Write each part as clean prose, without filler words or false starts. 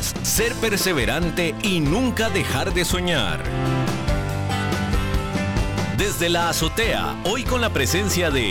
metas, ser perseverante y nunca dejar de soñar. Desde la azotea, hoy con la presencia de...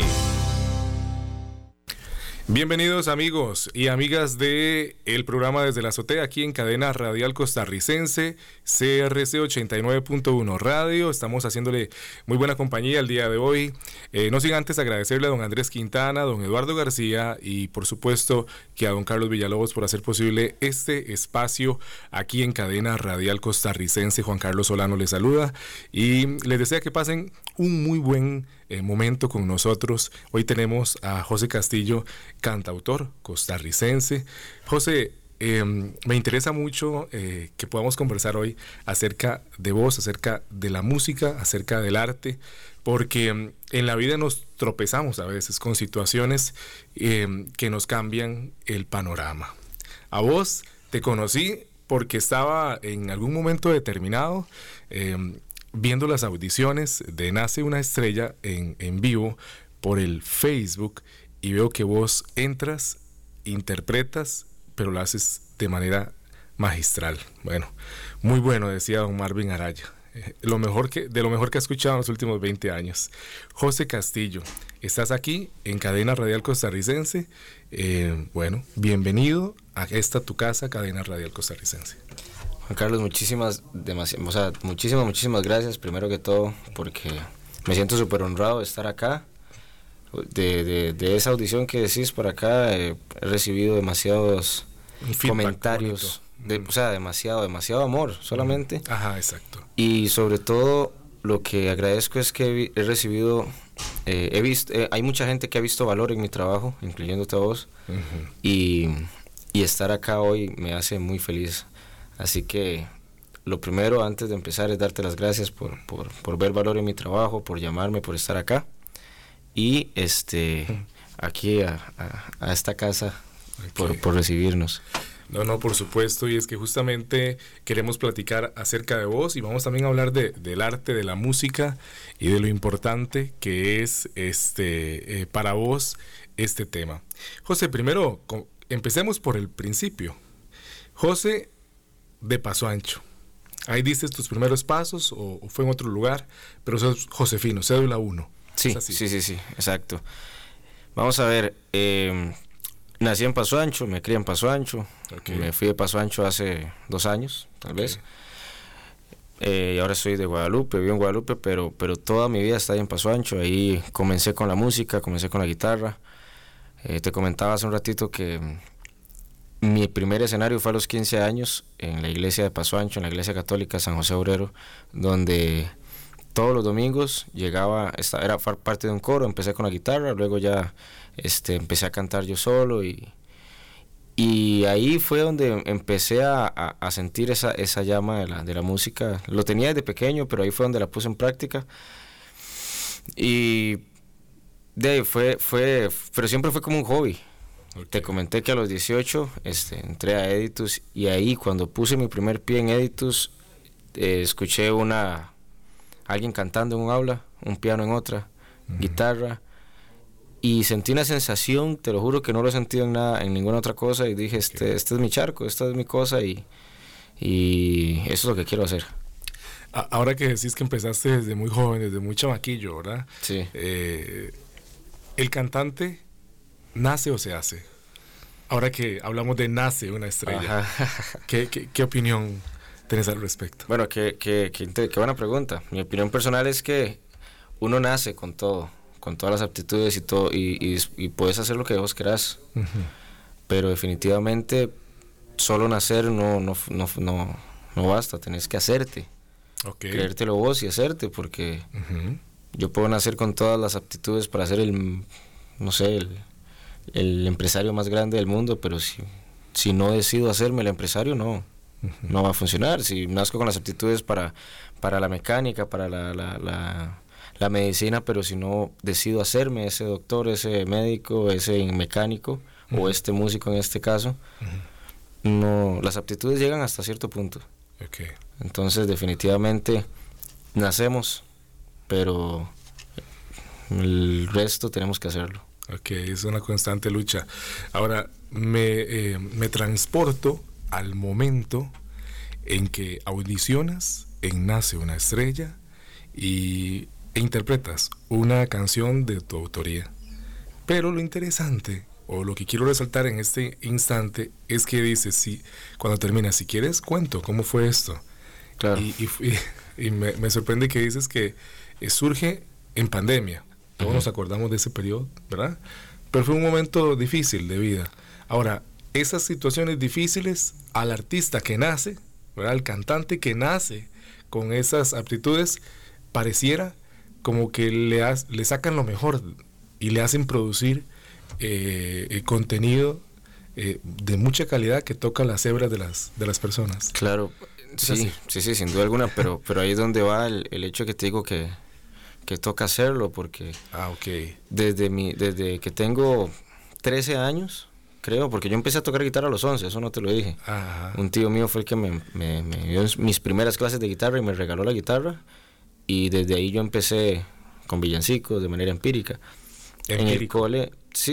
Bienvenidos amigos y amigas de el programa Desde la Azotea, aquí en Cadena Radial Costarricense, CRC 89.1 Radio. Estamos haciéndole muy buena compañía el día de hoy. No sin antes agradecerle a don Andrés Quintana, a don Eduardo García y por supuesto que a don Carlos Villalobos por hacer posible este espacio aquí en Cadena Radial Costarricense. Juan Carlos Solano les saluda y les desea que pasen un muy buen momento con nosotros. Hoy tenemos a José Castillo, cantautor costarricense. José, me interesa mucho que podamos conversar hoy acerca de vos, acerca de la música, acerca del arte, porque en la vida nos tropezamos a veces con situaciones que nos cambian el panorama. A vos te conocí porque estaba en algún momento determinado viendo las audiciones de Nace una estrella en vivo por el Facebook y veo que vos entras, interpretas, pero lo haces de manera magistral. Bueno, muy bueno, decía don Marvin Araya. De lo mejor que he escuchado en los últimos 20 años. José Castillo, estás aquí en Cadena Radial Costarricense. Bueno, bienvenido a esta tu casa, Cadena Radial Costarricense. Juan Carlos, muchísimas gracias, primero que todo, porque me siento súper honrado de estar acá. De esa audición que decís por acá, he recibido demasiados comentarios, demasiado amor solamente. Ajá, exacto. Y sobre todo, lo que agradezco es que he recibido, he visto, hay mucha gente que ha visto valor en mi trabajo, incluyéndote a vos, y estar acá hoy me hace muy feliz. Así que lo primero, antes de empezar, es darte las gracias por ver valor en mi trabajo, por llamarme, por estar acá. Y aquí a esta casa, okay, por recibirnos. No, por supuesto, y es que justamente queremos platicar acerca de vos y vamos también a hablar del arte, de la música y de lo importante que es para vos este tema. José, primero empecemos por el principio. José de Paso Ancho, ahí diste tus primeros pasos o fue en otro lugar, pero sos Josefino, cédula 1. Sí, exacto. Vamos a ver, nací en Paso Ancho, me crié en Paso Ancho, okay. Me fui de Paso Ancho hace 2 años, tal vez. Y ahora soy de Guadalupe, vivo en Guadalupe, pero toda mi vida está ahí en Paso Ancho. Ahí comencé con la música, comencé con la guitarra. Te comentaba hace un ratito que mi primer escenario fue a los 15 años en la iglesia de Paso Ancho, en la iglesia católica San José Obrero, donde todos los domingos era parte de un coro. Empecé con la guitarra, luego ya empecé a cantar yo solo y ahí fue donde empecé a sentir esa llama de la música. Lo tenía desde pequeño, pero ahí fue donde la puse en práctica y de ahí pero siempre fue como un hobby. Okay. Te comenté que a los 18 entré a Editus y ahí cuando puse mi primer pie en Editus escuché alguien cantando en un aula, un piano en otra, guitarra, y sentí una sensación, te lo juro que no lo he sentido en ninguna otra cosa, y dije, este es mi charco, esta es mi cosa, y eso es lo que quiero hacer. Ahora que decís que empezaste desde muy joven, desde muy chamaquillo, ¿verdad? Sí. ¿El cantante nace o se hace? Ahora que hablamos de Nace una estrella, ¿qué opinión tenés al respecto? Bueno, qué buena pregunta. Mi opinión personal es que uno nace con todo, con todas las aptitudes y todo, y puedes hacer lo que vos querás. Uh-huh. Pero definitivamente solo nacer no basta, tenés que hacerte. Okay. Creértelo vos y hacerte, porque uh-huh, yo puedo nacer con todas las aptitudes para ser el empresario más grande del mundo, pero si no decido hacerme el empresario, no va a funcionar. Si nazco con las aptitudes para la mecánica, para la medicina, pero si no decido hacerme ese doctor, ese médico, ese mecánico, uh-huh, o este músico en este caso, uh-huh, no, las aptitudes llegan hasta cierto punto. Okay. Entonces definitivamente nacemos, pero el resto tenemos que hacerlo. Ok, es una constante lucha. Ahora me transporto al momento en que audicionas en Nace una estrella e interpretas una canción de tu autoría. Pero lo interesante, o lo que quiero resaltar en este instante, es que dices, si, cuando terminas, si quieres, cuento cómo fue esto. Claro. Y me sorprende que dices que surge en pandemia. Todos nos acordamos de ese periodo, ¿verdad? Pero fue un momento difícil de vida. Ahora, esas situaciones difíciles al artista que nace, ¿verdad? Al cantante que nace con esas aptitudes, pareciera como que le sacan lo mejor y le hacen producir contenido de mucha calidad que toca las hebras de las personas. Claro, sí, sin duda alguna, pero ahí es donde va el hecho que te digo que toca hacerlo, porque okay. desde que tengo 13 años, creo, porque yo empecé a tocar guitarra a los 11, eso no te lo dije. Ajá. Un tío mío fue el que me dio mis primeras clases de guitarra y me regaló la guitarra, y desde ahí yo empecé con villancicos de manera empírica. En el cole,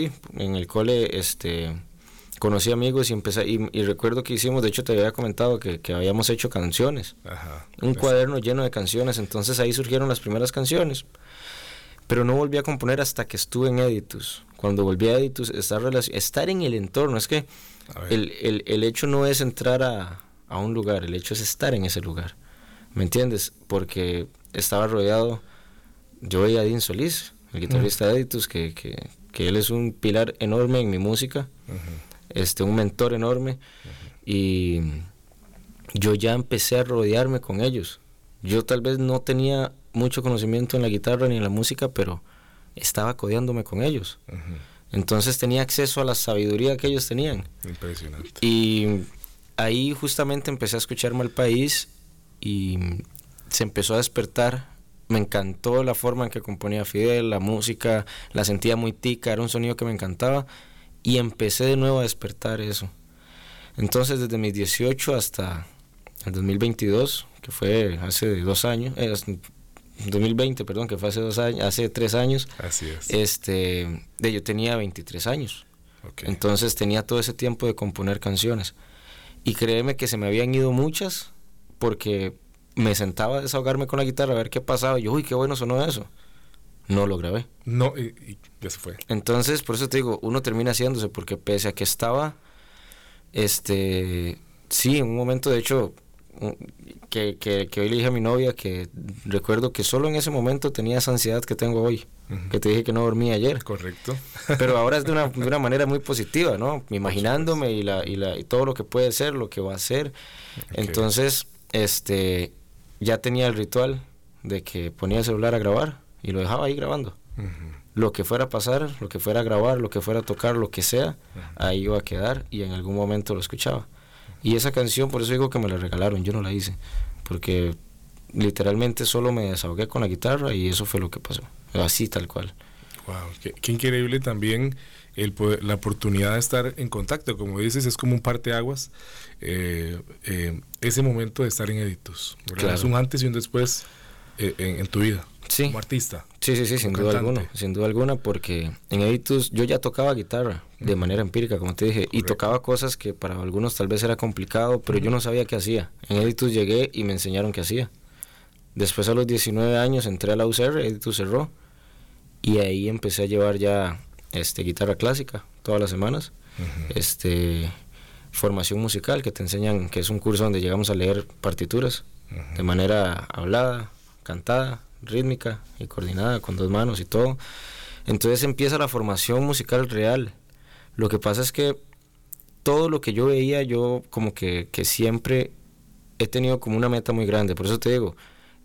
conocí amigos y empecé, y recuerdo que hicimos, de hecho te había comentado que habíamos hecho canciones. Ajá, un cuaderno lleno de canciones, entonces ahí surgieron las primeras canciones, pero no volví a componer hasta que estuve en Editus. Cuando volví a Editus, estar en el entorno, es que el hecho no es entrar a un lugar, el hecho es estar en ese lugar, ¿me entiendes? Porque estaba rodeado, yo veía a Dean Solís, el guitarrista de Editus, que él es un pilar enorme en mi música, un mentor enorme, y yo ya empecé a rodearme con ellos. Yo tal vez no tenía mucho conocimiento en la guitarra ni en la música, pero estaba codeándome con ellos. Entonces tenía acceso a la sabiduría que ellos tenían. Impresionante. Y ahí justamente empecé a escuchar Malpaís y se empezó a despertar. Me encantó la forma en que componía Fidel, la música, la sentía muy tica, era un sonido que me encantaba, y empecé de nuevo a despertar eso. Entonces desde mis 18 hasta el 2022, que fue hace 2 años, 2020, perdón, que fue hace 2 años, hace 3 años. Así es. Yo tenía 23 años. Okay. Entonces tenía todo ese tiempo de componer canciones. Y créeme que se me habían ido muchas, porque me sentaba a desahogarme con la guitarra a ver qué pasaba. Y yo, uy, qué bueno sonó eso. No lo grabé. No, y ya se fue. Entonces, por eso te digo, uno termina haciéndose, porque pese a que estaba, sí, en un momento, de hecho, que hoy le dije a mi novia que recuerdo que solo en ese momento tenía esa ansiedad que tengo hoy, que te dije que no dormí ayer. Correcto. Pero ahora es de una manera muy positiva, ¿no? Imaginándome y todo lo que puede ser, lo que va a ser. Okay. Entonces, ya tenía el ritual de que ponía el celular a grabar y lo dejaba ahí grabando. Lo que fuera a pasar, lo que fuera a grabar, lo que fuera a tocar, lo que sea, ahí iba a quedar y en algún momento lo escuchaba. Y esa canción, por eso digo que me la regalaron, yo no la hice, porque literalmente solo me desahogué con la guitarra y eso fue lo que pasó, así tal cual. Wow, qué increíble también la oportunidad de estar en contacto, como dices, es como un parteaguas, ese momento de estar en Editus, claro. Es un antes y un después en tu vida, sí, como artista. Sí, sin duda alguna, porque en Editus yo ya tocaba guitarra de manera empírica, como te dije. Correcto. Y tocaba cosas que para algunos tal vez era complicado, pero yo no sabía qué hacía. En Editus llegué y me enseñaron qué hacía. Después, a los 19 años, entré a la UCR, Editus cerró, y ahí empecé a llevar ya guitarra clásica todas las semanas, formación musical, que te enseñan, que es un curso donde llegamos a leer partituras de manera hablada, cantada, rítmica y coordinada con 2 manos y todo. Entonces empieza la formación musical real. Lo que pasa es que todo lo que yo veía, yo como que siempre he tenido como una meta muy grande. Por eso te digo,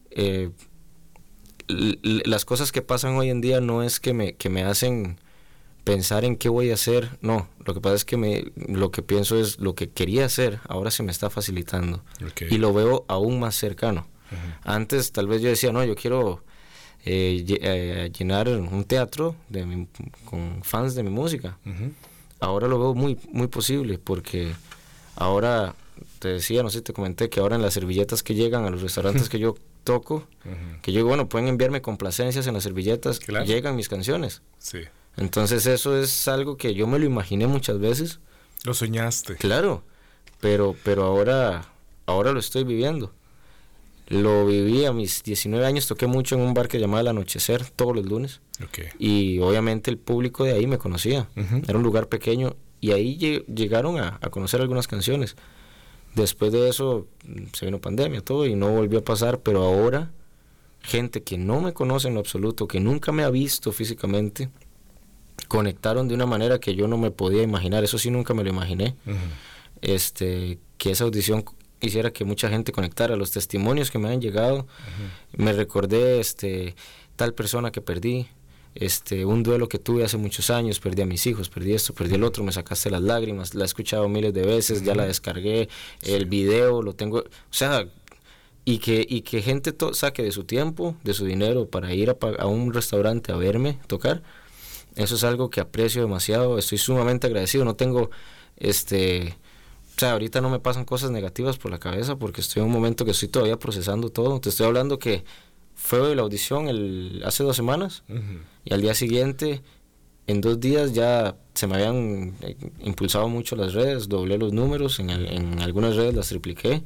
las cosas que pasan hoy en día no es que me hacen pensar en qué voy a hacer, no. Lo que pasa es que lo que pienso es lo que quería hacer, ahora se me está facilitando. Okay. Y lo veo aún más cercano. Antes tal vez yo decía, no, yo quiero llenar un teatro con fans de mi música. Ahora lo veo muy, muy posible, porque ahora, te decía, no sé, te comenté que ahora en las servilletas que llegan a los restaurantes que yo toco, que yo digo, bueno, pueden enviarme complacencias en las servilletas, claro. Llegan mis canciones. Sí. Entonces eso es algo que yo me lo imaginé muchas veces. Lo soñaste. Claro, pero ahora lo estoy viviendo. Lo viví a mis 19 años, toqué mucho en un bar que llamaba El Anochecer todos los lunes. Okay. Y obviamente el público de ahí me conocía. Era un lugar pequeño y ahí llegaron a conocer algunas canciones. Después de eso se vino pandemia, todo, y no volvió a pasar, pero ahora gente que no me conoce en lo absoluto, que nunca me ha visto físicamente, conectaron de una manera que yo no me podía imaginar. Eso sí, nunca me lo imaginé. Que esa audición hiciera que mucha gente conectara. Los testimonios que me han llegado, me recordé tal persona que perdí, un duelo que tuve hace muchos años, perdí a mis hijos, perdí esto, perdí el otro, me sacaste las lágrimas, la he escuchado miles de veces, ya la descargué, el video lo tengo, o sea, y que gente saque de su tiempo, de su dinero para ir a un restaurante a verme tocar. Eso es algo que aprecio demasiado, estoy sumamente agradecido. No tengo, o sea, ahorita no me pasan cosas negativas por la cabeza porque estoy en un momento que estoy todavía procesando todo. Te estoy hablando que fue la audición hace 2 semanas y al día siguiente, en 2 días ya se me habían impulsado mucho las redes, doblé los números, en algunas redes las tripliqué.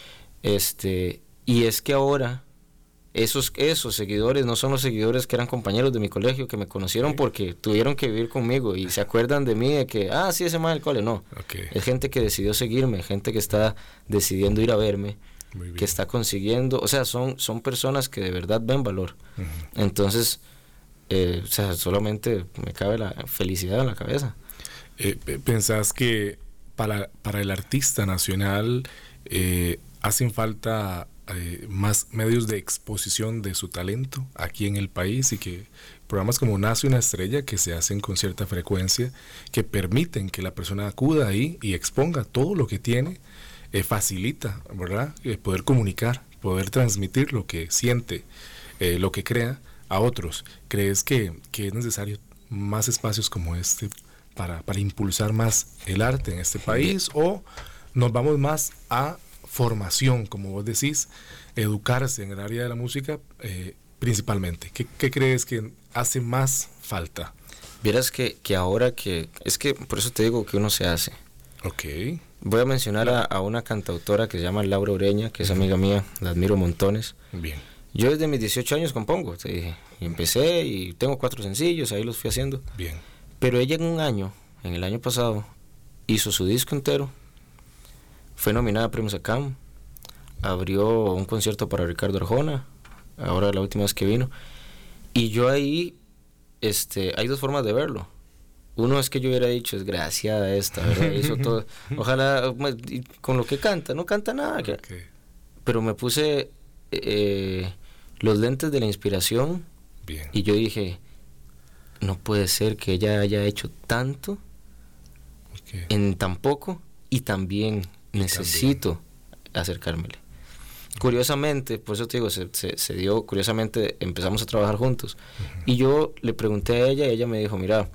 Y es que ahora esos seguidores no son los seguidores que eran compañeros de mi colegio, que me conocieron porque tuvieron que vivir conmigo y se acuerdan de mí, de que, sí, ese man del cole, no. Es gente que decidió seguirme, gente que está decidiendo ir a verme, que está consiguiendo, o sea, son personas que de verdad ven valor. Entonces, o sea, solamente me cabe la felicidad en la cabeza. ¿Pensás que para el artista nacional hacen falta más medios de exposición de su talento aquí en el país, y que programas como Nace una Estrella, que se hacen con cierta frecuencia, que permiten que la persona acuda ahí y exponga todo lo que tiene, facilita, ¿verdad? Poder comunicar, poder transmitir lo que siente, lo que crea a otros? ¿Crees que es necesario más espacios como este para impulsar más el arte en este país, o nos vamos más a formación, como vos decís, educarse en el área de la música principalmente? ¿Qué crees que hace más falta? Vieras que ahora es que por eso te digo que uno se hace. Ok. Voy a mencionar a una cantautora que se llama Laura Ureña, que es amiga mía, la admiro montones. Bien. Yo desde mis 18 años compongo, te dije, y empecé y tengo 4 sencillos, ahí los fui haciendo. Bien. Pero ella en el año pasado, hizo su disco entero, fue nominada a Premios ACAM, abrió un concierto para Ricardo Arjona, ahora la última vez que vino, y yo ahí, hay 2 formas de verlo. Uno es que yo hubiera dicho, desgraciada esta, ¿verdad? Hizo todo, ojalá, con lo que canta, no canta nada. Okay. Pero me puse los lentes de la inspiración. Bien. Y yo dije, no puede ser que ella haya hecho tanto en tan poco, y también necesito acercármele. Curiosamente, por eso te digo, se dio, curiosamente empezamos a trabajar juntos. Y yo le pregunté a ella y ella me dijo, mira,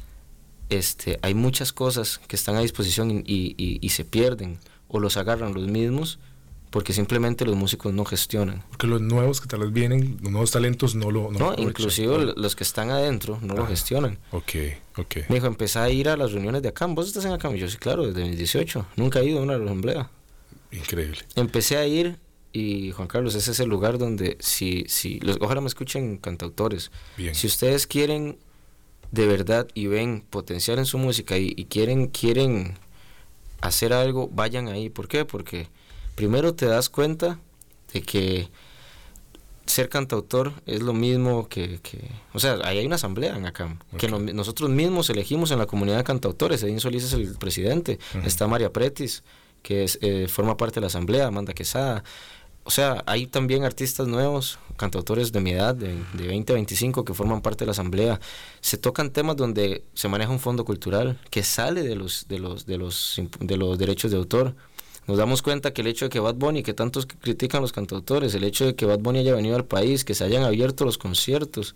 hay muchas cosas que están a disposición y se pierden o los agarran los mismos porque simplemente los músicos no gestionan. Porque los nuevos que tal vez vienen, los nuevos talentos no lo inclusive los que están adentro no lo gestionan. Ok. Me dijo, empecé a ir a las reuniones de ACAM. ¿Vos estás en ACAM? Y yo, sí, claro, desde mis 18. Nunca he ido a una asamblea. Increíble. Empecé a ir y, Juan Carlos, ese es el lugar donde, ojalá me escuchen cantautores. Bien. Si ustedes quieren de verdad y ven potencial en su música y quieren hacer algo, vayan ahí. ¿Por qué? Porque primero te das cuenta de que ser cantautor es lo mismo que o sea, ahí hay una asamblea en ACAM, que nosotros mismos elegimos en la comunidad de cantautores. Edín Solís es el presidente, está María Pretis, que forma parte de la asamblea, Amanda Quesada. O sea, hay también artistas nuevos, cantautores de mi edad, de 20 a 25, que forman parte de la asamblea. Se tocan temas donde se maneja un fondo cultural que sale de los derechos de autor. Nos damos cuenta que el hecho de que Bad Bunny, que tantos critican los cantautores, el hecho de que Bad Bunny haya venido al país, que se hayan abierto los conciertos,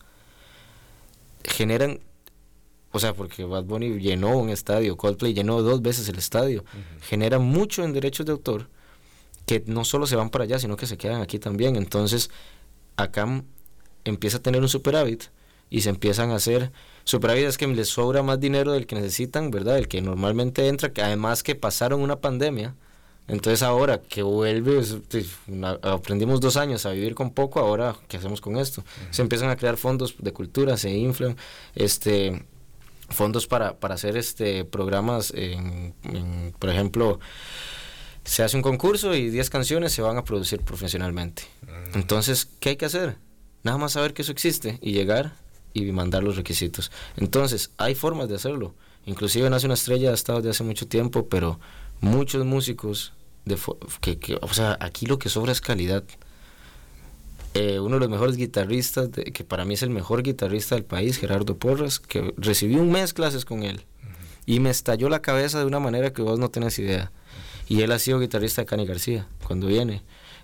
generan, o sea, porque Bad Bunny llenó un estadio, Coldplay llenó 2 veces el estadio, genera mucho en derechos de autor, que no solo se van para allá, sino que se quedan aquí también. Entonces, acá empieza a tener un superávit y se empiezan a hacer superávit, es que les sobra más dinero del que necesitan, ¿verdad? El que normalmente entra, que además que pasaron una pandemia, Entonces ahora que vuelve, aprendimos 2 años a vivir con poco, ahora ¿qué hacemos con esto? Se empiezan a crear fondos de cultura, se inflan, fondos para hacer programas, por ejemplo, se hace un concurso y 10 canciones se van a producir profesionalmente. Entonces, ¿qué hay que hacer? Nada más saber que eso existe y llegar y mandar los requisitos. Entonces, hay formas de hacerlo. Inclusive Nace una Estrella ha estado desde hace mucho tiempo, pero muchos músicos, o sea, aquí lo que sobra es calidad. Uno de los mejores guitarristas, que para mí es el mejor guitarrista del país, Gerardo Porras, que recibí 1 mes clases con él. Y me estalló la cabeza de una manera que vos no tenés idea. Y él ha sido guitarrista de Cani García, cuando viene.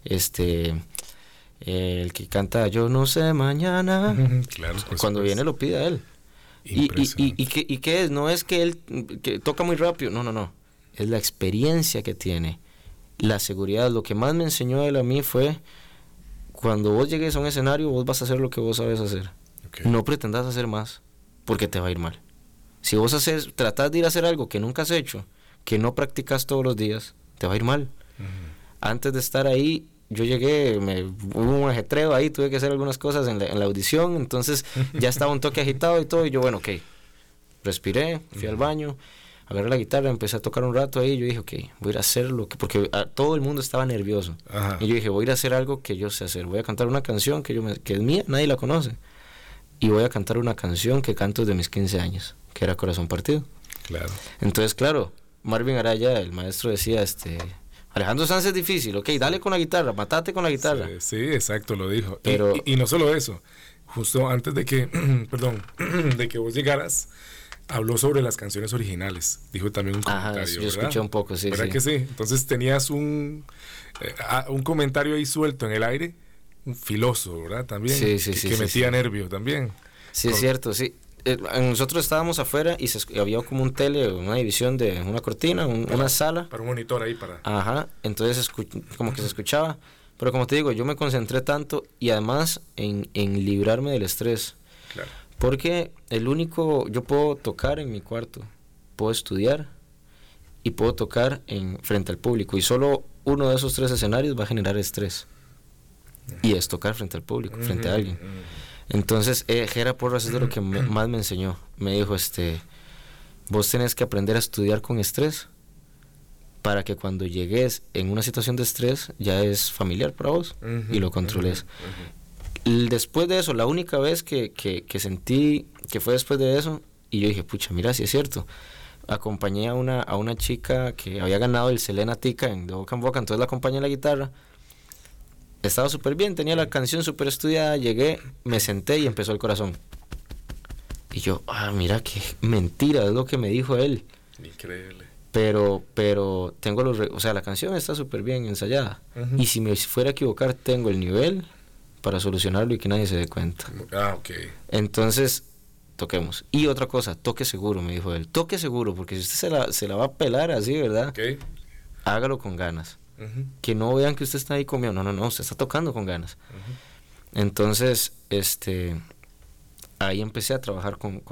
El que canta Yo no sé mañana, claro, cuando viene lo pide a él. ¿Y qué es? No es que él que toca muy rápido, no. Es la experiencia que tiene, la seguridad. Lo que más me enseñó él a mí fue: cuando vos llegues a un escenario, vos vas a hacer lo que vos sabes hacer. No pretendas hacer más, porque te va a ir mal. Si vos tratás de ir a hacer algo que nunca has hecho, que no practicas todos los días, te va a ir mal. Antes de estar ahí, yo llegué, hubo un ajetreo ahí, tuve que hacer algunas cosas en la audición, entonces ya estaba un toque agitado y todo, y yo, bueno, ok, respiré, fui al baño, agarré la guitarra, empecé a tocar un rato ahí, y yo dije, ok, voy a ir a hacer porque todo el mundo estaba nervioso. Y yo dije, voy a ir a hacer algo que yo sé hacer, voy a cantar una canción que es mía, nadie la conoce, y voy a cantar una canción que canto desde mis 15 años, que era Corazón Partido. Claro. Entonces, claro, Marvin Araya, el maestro, decía, Alejandro Sanz es difícil, ok, dale con la guitarra, matate con la guitarra. Sí, exacto, lo dijo. Pero, y no solo eso, justo antes de que, de que vos llegaras, habló sobre las canciones originales. Dijo también un comentario, yo escuché un poco, sí. ¿Verdad que sí? Entonces tenías un comentario ahí suelto en el aire, un filoso, ¿verdad? También, que metía nervio también. Sí, es cierto, sí. Nosotros estábamos afuera y había como un una división de una cortina, una sala. Para un monitor ahí entonces como que se escuchaba. Pero como te digo, yo me concentré tanto y además en librarme del estrés. Claro. Porque yo puedo tocar en mi cuarto, puedo estudiar y puedo tocar frente al público. Y solo uno de esos 3 escenarios va a generar estrés. Y es tocar frente al público, frente a alguien. Entonces, Gera Porras es de lo que más me enseñó. Me dijo, vos tenés que aprender a estudiar con estrés para que cuando llegues en una situación de estrés ya es familiar para vos y lo controles. Después de eso, la única vez que sentí que fue después de eso, y yo dije, pucha, mira, sí es cierto. Acompañé a una chica que había ganado el Selena Tica de boca en boca, entonces la acompañé en la guitarra. Estaba súper bien, tenía la canción súper estudiada, llegué, me senté y empezó El Corazón. Y yo, mira qué mentira, es lo que me dijo él. Increíble. Pero tengo la canción está súper bien ensayada. Y si me fuera a equivocar, tengo el nivel para solucionarlo y que nadie se dé cuenta. Ok. Entonces, toquemos. Y otra cosa, toque seguro, me dijo él. Toque seguro, porque si usted se la va a pelar así, ¿verdad? Okay. Hágalo con ganas. Que no vean que usted está ahí comiendo. No, usted está tocando con ganas. Entonces, ahí empecé a trabajar con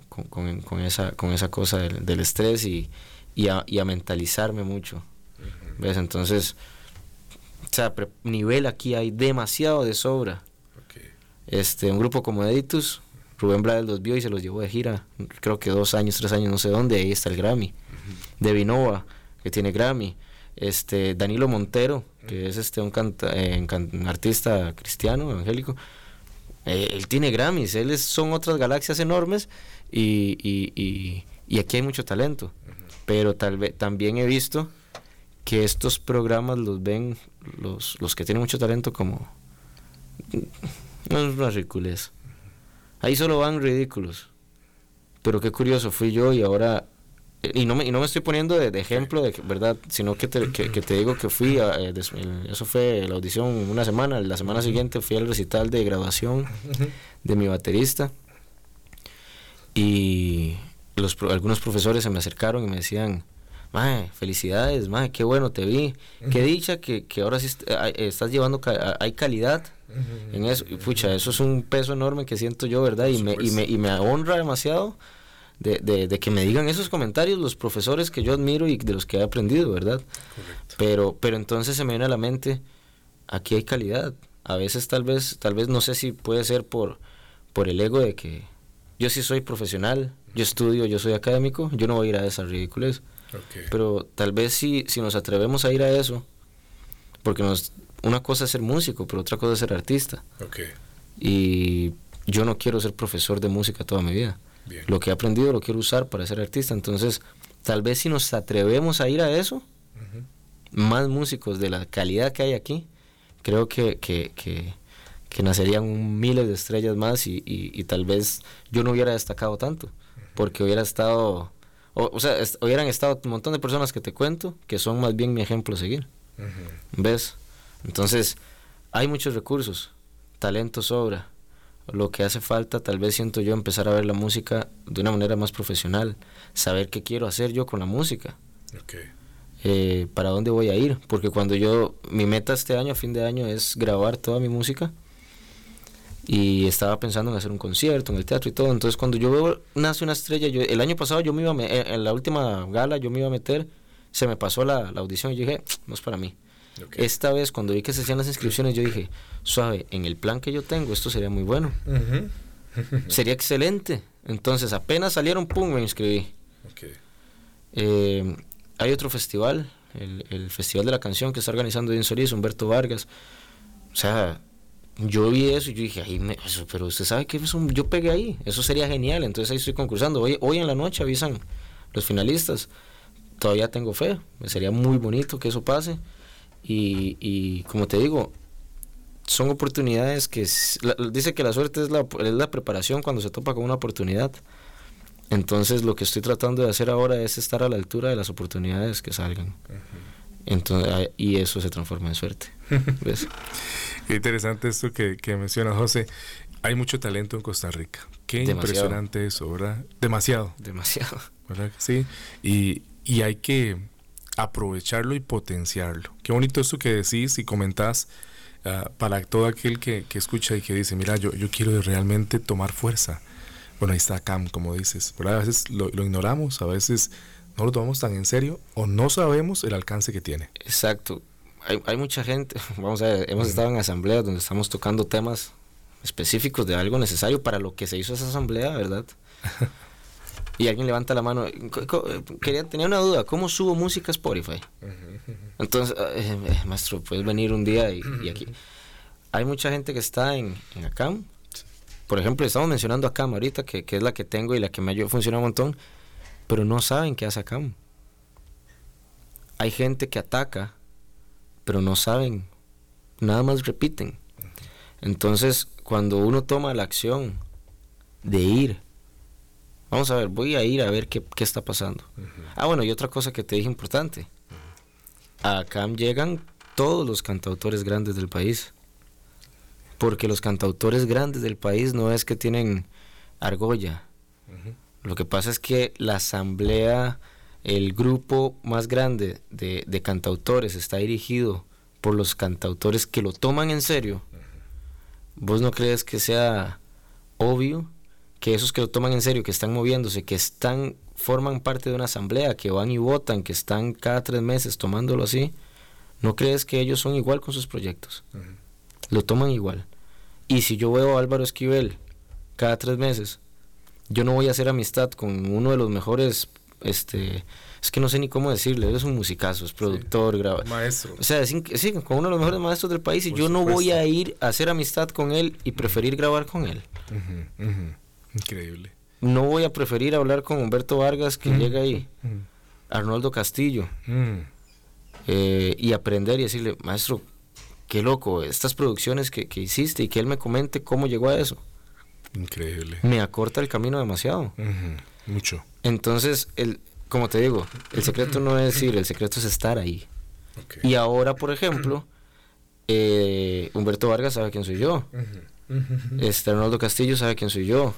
esa cosa del estrés y a mentalizarme mucho. ¿Ves? Entonces, nivel aquí hay demasiado de sobra. Okay. Un grupo como Editus, Rubén Blades los vio y se los llevó de gira, creo que 2 años, 3 años, no sé dónde, ahí está el Grammy. De Vinova, que tiene Grammy. Danilo Montero, que es un artista cristiano, evangélico, él tiene Grammys, son otras galaxias enormes y aquí hay mucho talento. Pero también he visto que estos programas los ven los que tienen mucho talento como no es una ridiculez. Ahí solo van ridículos. Pero qué curioso, fui yo y ahora y no me estoy poniendo de ejemplo de verdad, sino que te digo que fui eso fue la audición una semana, la semana siguiente fui al recital de graduación de mi baterista y algunos profesores se me acercaron y me decían, mae, felicidades, mae, qué bueno te vi, qué dicha que ahora sí estás llevando hay calidad en eso, y pucha, eso es un peso enorme que siento yo, verdad, y me honra demasiado de que me digan esos comentarios los profesores que yo admiro y de los que he aprendido, ¿verdad? Correcto. Pero entonces se me viene a la mente, aquí hay calidad. A veces tal vez no sé si puede ser por el ego de que yo sí soy profesional, yo estudio, yo soy académico, yo no voy a ir a esa ridiculez. Okay. Pero tal vez si nos atrevemos a ir a eso, porque una cosa es ser músico, pero otra cosa es ser artista. Okay. Y yo no quiero ser profesor de música toda mi vida. Bien. Lo que he aprendido lo quiero usar para ser artista. Entonces, tal vez si nos atrevemos a ir a eso, más músicos de la calidad que hay aquí, creo que nacerían miles de estrellas más y tal vez yo no hubiera destacado tanto, porque hubieran estado un montón de personas que te cuento que son más bien mi ejemplo a seguir. ¿Ves? Entonces, hay muchos recursos, talento sobra. Lo que hace falta, tal vez siento yo, empezar a ver la música de una manera más profesional, saber qué quiero hacer yo con la música. Okay. Para dónde voy a ir, porque mi meta este año, a fin de año, es grabar toda mi música y estaba pensando en hacer un concierto en el teatro y todo. Entonces cuando yo veo nace una estrella, el año pasado yo me iba en la última gala yo me iba a meter, se me pasó la audición y yo dije, no es para mí. Okay. Esta vez cuando vi que se hacían las inscripciones yo dije, suave, en el plan que yo tengo esto sería muy bueno. Sería excelente. Entonces apenas salieron, pum, me inscribí. Okay. Hay otro festival, el Festival de la Canción que está organizando Edwin Solís, Humberto Vargas. O sea, yo vi eso y yo dije, pero usted sabe que yo pegué ahí, eso sería genial. Entonces ahí estoy concursando. Hoy en la noche avisan los finalistas. Todavía tengo fe, sería muy bonito que eso pase. Y como te digo, son oportunidades que dice que la suerte es la preparación cuando se topa con una oportunidad. Entonces lo que estoy tratando de hacer ahora es estar a la altura de las oportunidades que salgan. Entonces, y eso se transforma en suerte. ¿Ves? Qué interesante esto que menciona José. Hay mucho talento en Costa Rica. Qué impresionante eso, ¿verdad? Demasiado. ¿Verdad que sí? Y hay que aprovecharlo y potenciarlo. Qué bonito esto que decís y comentás para todo aquel que escucha y que dice, mira, yo quiero realmente tomar fuerza. Bueno, ahí está Cam, como dices, ¿verdad? A veces lo ignoramos, a veces no lo tomamos tan en serio o no sabemos el alcance que tiene. Exacto. Hay mucha gente, vamos a ver, hemos estado en asambleas donde estamos tocando temas específicos de algo necesario para lo que se hizo esa asamblea, ¿verdad? Y alguien levanta la mano, tenía una duda, ¿cómo subo música a Spotify? Entonces, maestro, puedes venir un día y aquí. Hay mucha gente que está en ACAM. Por ejemplo, estamos mencionando a ACAM ahorita, que es la que tengo y la que me ayuda a funcionar un montón, pero no saben qué hace ACAM. Hay gente que ataca, pero no saben, nada más repiten. Entonces, cuando uno toma la acción de ir, vamos a ver, voy a ir a ver qué está pasando. Bueno, y otra cosa que te dije importante, a ACAM llegan todos los cantautores grandes del país. Porque los cantautores grandes del país no es que tienen argolla. Lo que pasa es que la asamblea, el grupo más grande de cantautores está dirigido por los cantautores que lo toman en serio. ¿Vos no crees que sea obvio que esos que lo toman en serio, que están moviéndose, que forman parte de una asamblea, que van y votan, que están cada 3 meses tomándolo así, no crees que ellos son igual con sus proyectos? Lo toman igual. Y si yo veo a Álvaro Esquivel cada 3 meses, yo no voy a hacer amistad con uno de los mejores, es que no sé ni cómo decirle, él es un musicazo, es productor, graba, maestro. O sea, sí, con uno de los mejores maestros del país, y yo no voy a ir a hacer amistad con él y preferir grabar con él. Increíble. No voy a preferir hablar con Humberto Vargas, que llega ahí, Arnoldo Castillo, y aprender y decirle, maestro, qué loco, estas producciones que hiciste, y que él me comente cómo llegó a eso. Increíble. Me acorta el camino demasiado. Mucho. Entonces, como te digo, el secreto no es ir, el secreto es estar ahí. Y ahora, por ejemplo, Humberto Vargas sabe quién soy yo. Arnoldo Castillo sabe quién soy yo.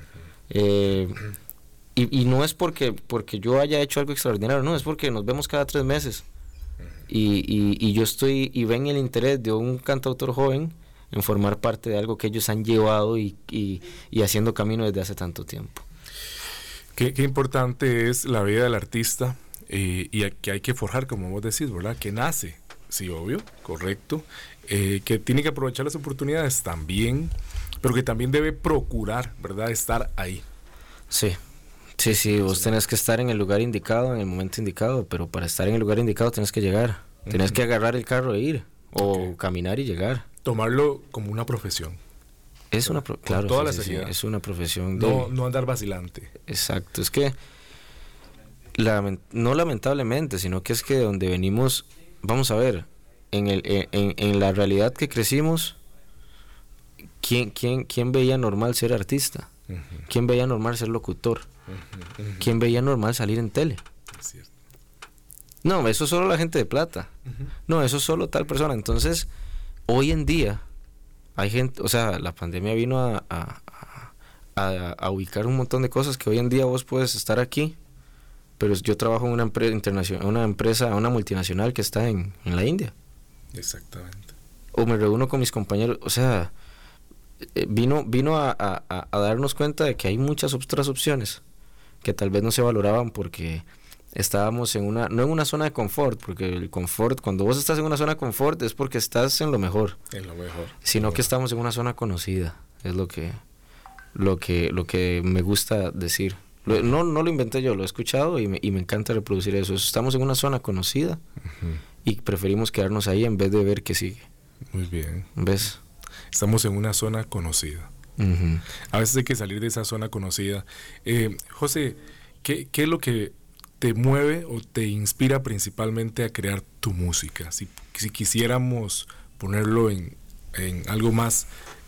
Y no es porque yo haya hecho algo extraordinario, no, es porque nos vemos cada 3 meses. Y yo estoy, y ven el interés de un cantautor joven en formar parte de algo que ellos han llevado y haciendo camino desde hace tanto tiempo. Qué importante es la vida del artista y que hay que forjar, como vos decís, ¿verdad? Que nace, sí, obvio, correcto, que tiene que aprovechar las oportunidades también, pero que también debe procurar, ¿verdad? Estar ahí. Sí, vos tenés que estar en el lugar indicado, en el momento indicado, pero para estar en el lugar indicado tenés que llegar, tenés que agarrar el carro e ir, o caminar y llegar. Tomarlo como una profesión. Es una claro, toda la seriedad. Es una profesión. No andar vacilante. Exacto, es que no lamentablemente, sino que es que de donde venimos, vamos a ver, en la realidad que crecimos, ¿quién veía normal ser artista? Uh-huh. ¿Quién veía normal ser locutor? Uh-huh. Uh-huh. ¿Quién veía normal salir en tele? Es cierto. No, eso es solo la gente de plata. Uh-huh. No, eso es solo tal persona. Entonces, hoy en día hay gente, o sea, la pandemia vino a ubicar un montón de cosas que hoy en día vos puedes estar aquí, pero yo trabajo en una empresa internacional, una multinacional que está en la India. Exactamente. O me reúno con mis compañeros, o sea, vino a darnos cuenta de que hay muchas otras opciones que tal vez no se valoraban porque estábamos no en una zona de confort, porque el confort, cuando vos estás en una zona de confort es porque estás en lo mejor. En lo mejor. Sino que estamos en una zona conocida, es lo que me gusta decir. No lo inventé yo, lo he escuchado y me encanta reproducir eso. Estamos en una zona conocida y preferimos quedarnos ahí en vez de ver qué sigue. Muy bien. ¿Ves? Estamos en una zona conocida. A veces hay que salir de esa zona conocida. José, ¿qué es lo que te mueve o te inspira principalmente a crear tu música? Si quisiéramos ponerlo en algo más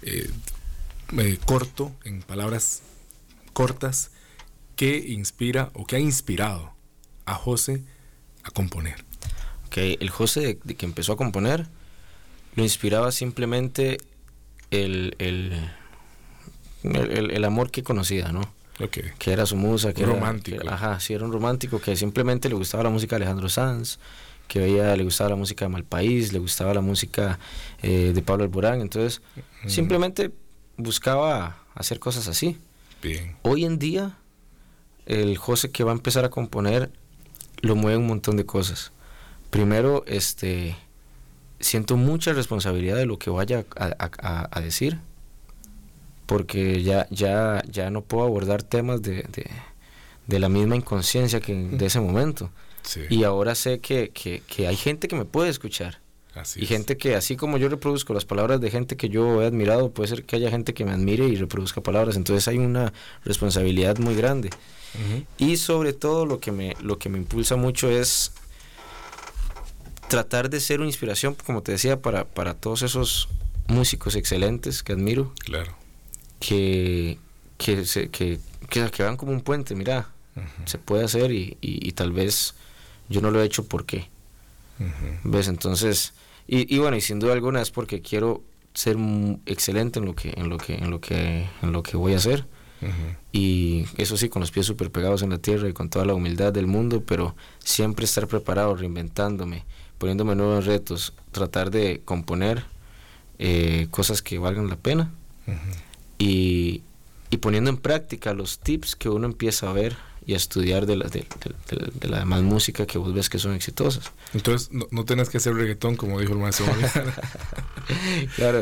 corto, en palabras cortas, ¿qué inspira o qué ha inspirado a José a componer? Okay, el José de que empezó a componer lo inspiraba simplemente el amor que conocía, ¿no? Okay. Que era su musa, que romántico. Era un romántico que simplemente le gustaba la música de Alejandro Sanz, le gustaba la música de Malpaís, le gustaba la música de Pablo Alborán, entonces simplemente buscaba hacer cosas así. Bien. Hoy en día el José que va a empezar a componer lo mueve un montón de cosas. Primero, siento mucha responsabilidad de lo que vaya a decir, porque ya no puedo abordar temas de la misma inconsciencia que de ese momento. Sí. Y ahora sé que hay gente que me puede escuchar. Así y es. Gente que, así como yo reproduzco las palabras de gente que yo he admirado, puede ser que haya gente que me admire y reproduzca palabras. Entonces hay una responsabilidad muy grande. Y sobre todo lo que me impulsa mucho es tratar de ser una inspiración, como te decía, para todos esos músicos excelentes que admiro. Claro. Que van como un puente, mira, se puede hacer y tal vez yo no lo he hecho, ¿por qué? ¿Ves? Entonces, y bueno, y sin duda alguna es porque quiero ser excelente en lo que voy a hacer. Y eso sí, con los pies súper pegados en la tierra y con toda la humildad del mundo, pero siempre estar preparado, reinventándome, poniéndome nuevos retos, tratar de componer cosas que valgan la pena y poniendo en práctica los tips que uno empieza a ver y a estudiar de la demás música que vos ves que son exitosas. Entonces no tenés que hacer reggaetón, como dijo el maestro. Claro.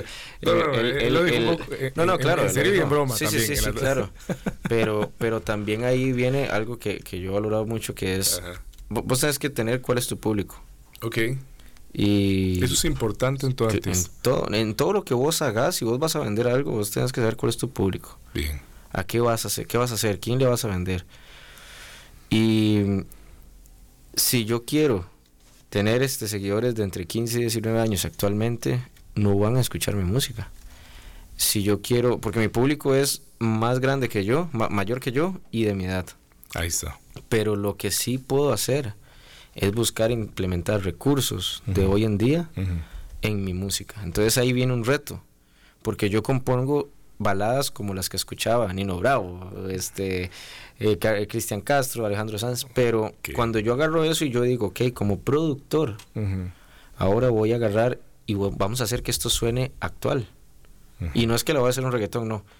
Claro. En serio y en broma sí, también. Sí, claro. Pero también ahí viene algo que yo he valorado mucho, que es, vos tenés que tener cuál es tu público. Ok. Y eso es importante en todo artista. En todo lo que vos hagas, si vos vas a vender algo, vos tenés que saber cuál es tu público. Bien. ¿A qué vas a hacer? ¿Qué vas a hacer? ¿Quién le vas a vender? Y si yo quiero tener seguidores de entre 15 y 19 años actualmente, no van a escuchar mi música. Si yo quiero, porque mi público es más grande que yo, mayor que yo y de mi edad. Ahí está. Pero lo que sí puedo hacer es buscar implementar recursos de hoy en día en mi música. Entonces ahí viene un reto, porque yo compongo baladas como las que escuchaba Nino Bravo, Cristian Castro, Alejandro Sanz, pero cuando yo agarro eso y yo digo, ok, como productor, ahora voy a agarrar y vamos a hacer que esto suene actual. Y no es que le voy a hacer un reggaetón, no,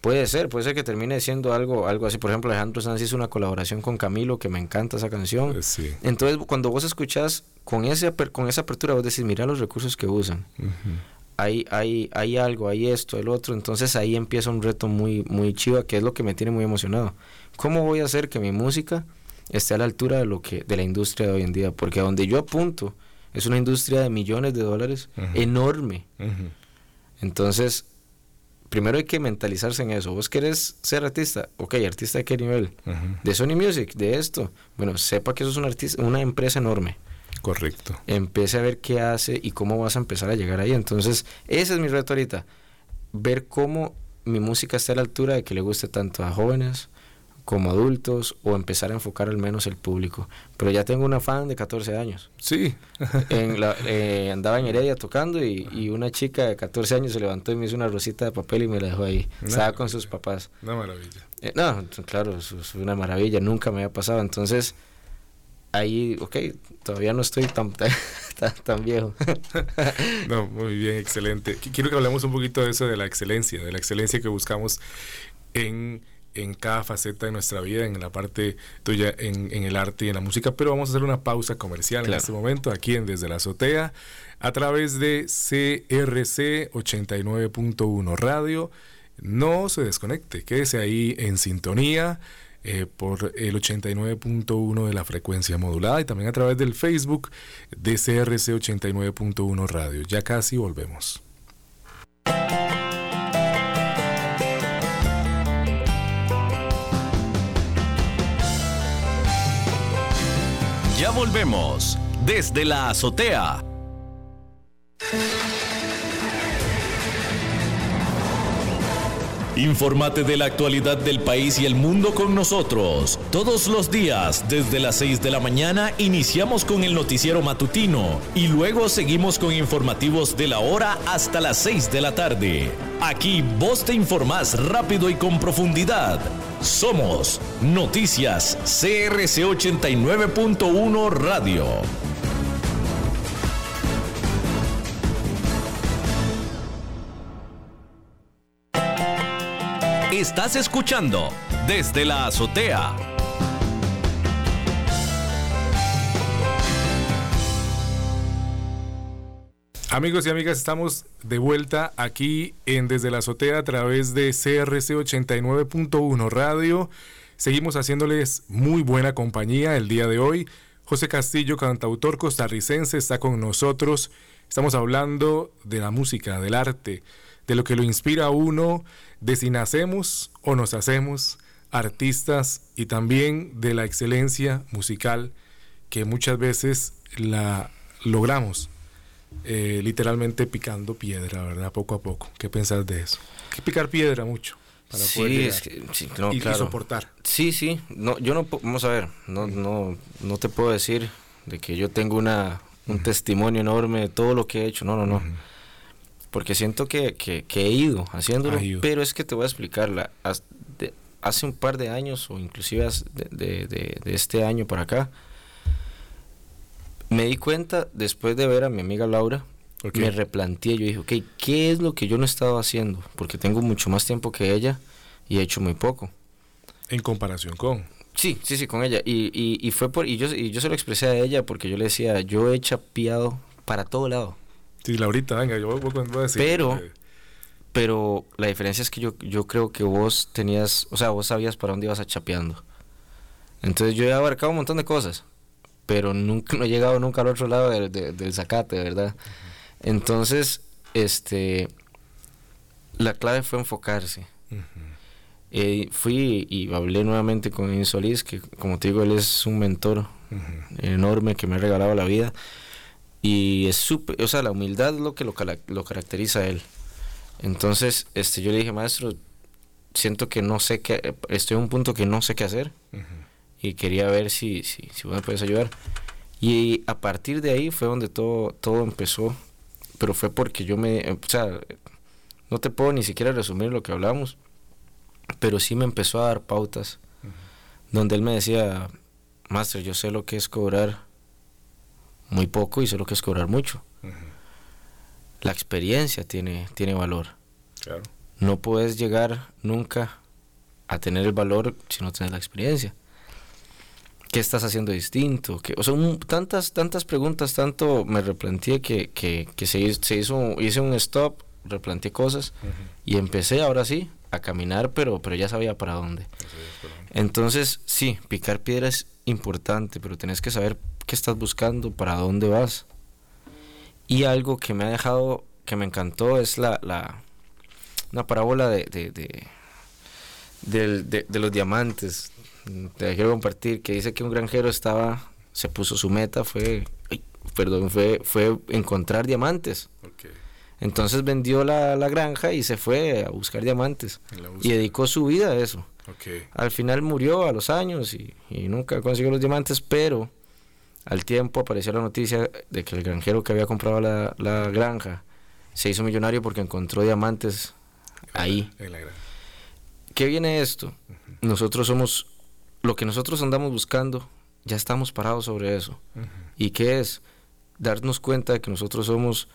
Puede ser que termine siendo algo así. Por ejemplo, Alejandro Sanz hizo una colaboración con Camilo, que me encanta esa canción. Sí. Entonces, cuando vos escuchás con esa apertura, vos decís, mira los recursos que usan. Hay algo, hay esto, el otro. Entonces ahí empieza un reto muy, muy chiva, que es lo que me tiene muy emocionado. ¿Cómo voy a hacer que mi música esté a la altura de la industria de hoy en día? Porque a donde yo apunto es una industria de millones de dólares, enorme. Entonces, primero hay que mentalizarse en eso. ¿Vos querés ser artista? Ok, ¿artista de qué nivel? De Sony Music, de esto. Bueno, sepa que eso es una empresa enorme. Correcto. Empiece a ver qué hace y cómo vas a empezar a llegar ahí. Entonces, ese es mi reto ahorita. Ver cómo mi música está a la altura de que le guste tanto a jóvenes como adultos, o empezar a enfocar al menos el público. Pero ya tengo una fan de 14 años. Sí. Andaba en Heredia tocando y una chica de 14 años se levantó y me hizo una rosita de papel y me la dejó ahí. Estaba con sus papás. Una maravilla. No, claro, es una maravilla. Nunca me había pasado. Entonces, ahí, todavía no estoy tan viejo. No, muy bien, excelente. Quiero que hablemos un poquito de eso, de la excelencia que buscamos en cada faceta de nuestra vida, en la parte tuya, en el arte y en la música, pero vamos a hacer una pausa comercial en este momento, aquí en Desde la Azotea, a través de CRC 89.1 Radio. No se desconecte, quédese ahí en sintonía por el 89.1 de la frecuencia modulada, y también a través del Facebook de CRC 89.1 Radio. Ya casi volvemos. Ya volvemos desde la azotea. Infórmate de la actualidad del país y el mundo con nosotros. Todos los días, desde las 6 de la mañana, iniciamos con el noticiero matutino y luego seguimos con informativos de la hora hasta las 6 de la tarde. Aquí vos te informás rápido y con profundidad. Somos Noticias CRC 89.1 Radio. Estás escuchando Desde la Azotea. Amigos y amigas, estamos de vuelta aquí en Desde la Azotea a través de CRC 89.1 Radio. Seguimos haciéndoles muy buena compañía el día de hoy. José Castillo, cantautor costarricense, está con nosotros. Estamos hablando de la música, del arte, de lo que lo inspira a uno, de si nacemos o nos hacemos artistas, y también de la excelencia musical que muchas veces la logramos literalmente picando piedra, ¿verdad? Poco a poco. ¿Qué pensás de eso? Hay que picar piedra mucho para poder llegar y soportar. Sí. No, yo no, vamos a ver, no te puedo decir de que yo tengo un testimonio enorme de todo lo que he hecho. No. Porque siento que he ido haciéndolo, pero es que te voy a explicarla. Hace un par de años, o inclusive de este año para acá, me di cuenta, después de ver a mi amiga Laura, me replanteé. Yo dije, ¿qué es lo que yo no he estado haciendo? Porque tengo mucho más tiempo que ella y he hecho muy poco. En comparación con... Sí, con ella. Y yo se lo expresé a ella, porque yo le decía, yo he chapeado para todo lado. Sí, Laurita, venga, yo voy a decir. Pero la diferencia es que yo creo que vos vos sabías para dónde ibas a chapeando. Entonces yo he abarcado un montón de cosas, pero no he llegado nunca al otro lado del zacate, ¿verdad? Entonces, la clave fue enfocarse. Fui y hablé nuevamente con Denis Solís, que como te digo, él es un mentor enorme que me ha regalado la vida. Y es la humildad es lo que lo caracteriza a él. Entonces, yo le dije, maestro, siento que no sé qué, estoy en un punto que no sé qué hacer, y quería ver si vos me puedes ayudar. Y a partir de ahí fue donde todo empezó, pero fue porque no te puedo ni siquiera resumir lo que hablamos, pero sí me empezó a dar pautas, donde él me decía, maestro, yo sé lo que es cobrar muy poco y sé lo que es cobrar mucho. La experiencia tiene valor. Claro. no puedes llegar nunca a tener el valor si no tienes la experiencia. ¿Qué estás haciendo distinto? O sea, tantas preguntas, tanto me replanteé que hice un stop, replanteé cosas y empecé ahora sí a caminar, pero ya sabía para dónde. Entonces, sí, picar piedra es importante, pero tenés que saber qué estás buscando, para dónde vas. Y algo que me ha dejado, que me encantó, es una parábola de los diamantes. Te quiero compartir, que dice que un granjero se puso su meta, fue encontrar diamantes. Okay. Entonces vendió la granja y se fue a buscar diamantes y dedicó su vida a eso. Okay. Al final murió a los años y nunca consiguió los diamantes, pero al tiempo apareció la noticia de que el granjero que había comprado la granja se hizo millonario porque encontró diamantes ahí. En la granja. ¿Qué viene esto? Nosotros somos lo que nosotros andamos buscando, ya estamos parados sobre eso. ¿Y qué es? Darnos cuenta de que nosotros somos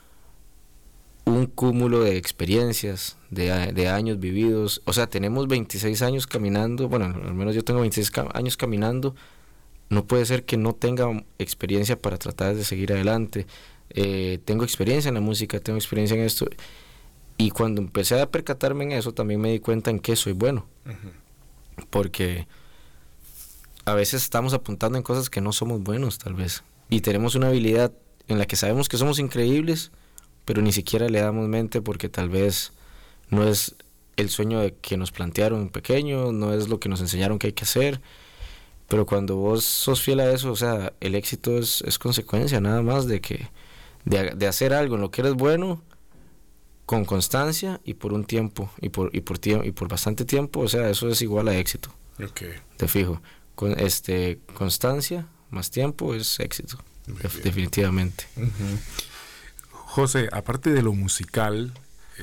un cúmulo de experiencias, de años vividos. O sea, tenemos 26 años caminando, bueno, al menos yo tengo 26 años caminando. No puede ser que no tenga experiencia para tratar de seguir adelante. Tengo experiencia en la música, tengo experiencia en esto. Y cuando empecé a percatarme en eso, también me di cuenta en qué soy bueno. Porque a veces estamos apuntando en cosas que no somos buenos, tal vez. Y tenemos una habilidad en la que sabemos que somos increíbles, pero ni siquiera le damos mente porque tal vez no es el sueño de que nos plantearon pequeño, no es lo que nos enseñaron que hay que hacer. Pero cuando vos sos fiel a eso, o sea, el éxito es consecuencia nada más de hacer algo en lo que eres bueno, con constancia y por un tiempo, y por bastante tiempo. O sea, eso es igual a éxito. Okay. Te fijo. Constancia más tiempo es éxito, definitivamente. José, aparte de lo musical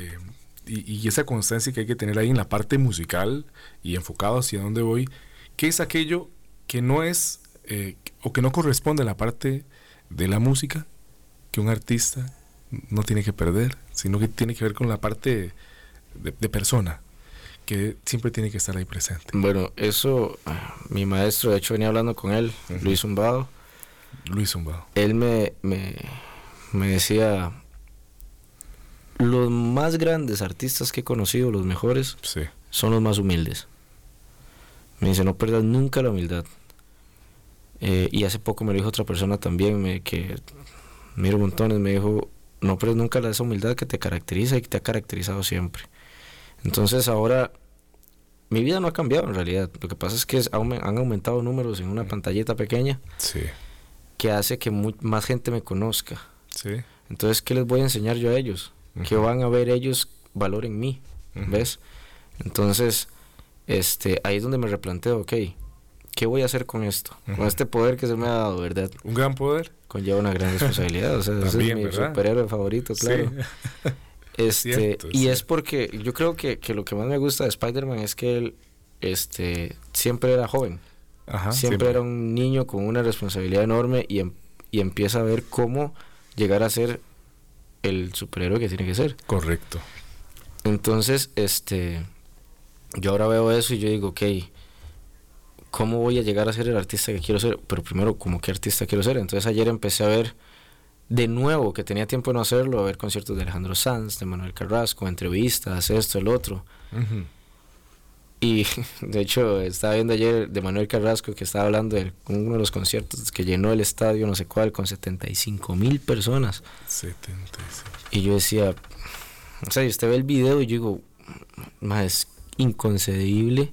y esa constancia que hay que tener ahí en la parte musical y enfocado hacia dónde voy, ¿qué es aquello que no es o que no corresponde a la parte de la música que un artista no tiene que perder, sino que tiene que ver con la parte de persona, que siempre tiene que estar ahí presente? Bueno, eso, mi maestro, de hecho venía hablando con él, Luis Zumbado. Él me decía, los más grandes artistas que he conocido, los mejores, sí, son los más humildes. Me dice, no pierdas nunca la humildad. Y hace poco me lo dijo otra persona también, que miro montones, me dijo, no pierdas nunca esa humildad que te caracteriza y que te ha caracterizado siempre. Entonces ahora mi vida no ha cambiado en realidad. Lo que pasa es que han aumentado números en una pantallita pequeña, sí, que hace que más gente me conozca. Sí. Entonces, ¿qué les voy a enseñar yo a ellos? ¿Qué van a ver ellos valor en mí? ¿Ves? Entonces, ahí es donde me replanteo, ok, ¿qué voy a hacer con esto? Con este poder que se me ha dado, ¿verdad? Un gran poder. Conlleva una gran responsabilidad. O sea, también, ese es mi superhéroe favorito, claro. Sí. Cierto, y es porque yo creo que lo que más me gusta de Spider-Man es que él siempre era joven. Siempre era un niño con una responsabilidad enorme y empieza a ver cómo llegar a ser el superhéroe que tiene que ser. Correcto. Entonces, yo ahora veo eso y yo digo, ok, ¿cómo voy a llegar a ser el artista que quiero ser? Pero primero, ¿cómo qué artista quiero ser? Entonces ayer empecé a ver de nuevo, que tenía tiempo de no hacerlo, a ver conciertos de Alejandro Sanz, de Manuel Carrasco, entrevistas, esto, el otro. Y de hecho estaba viendo ayer de Manuel Carrasco, que estaba hablando de uno de los conciertos que llenó el estadio no sé cuál con 75,000 personas. 75. Y yo decía, o sea, y usted ve el video y yo digo, es inconcebible.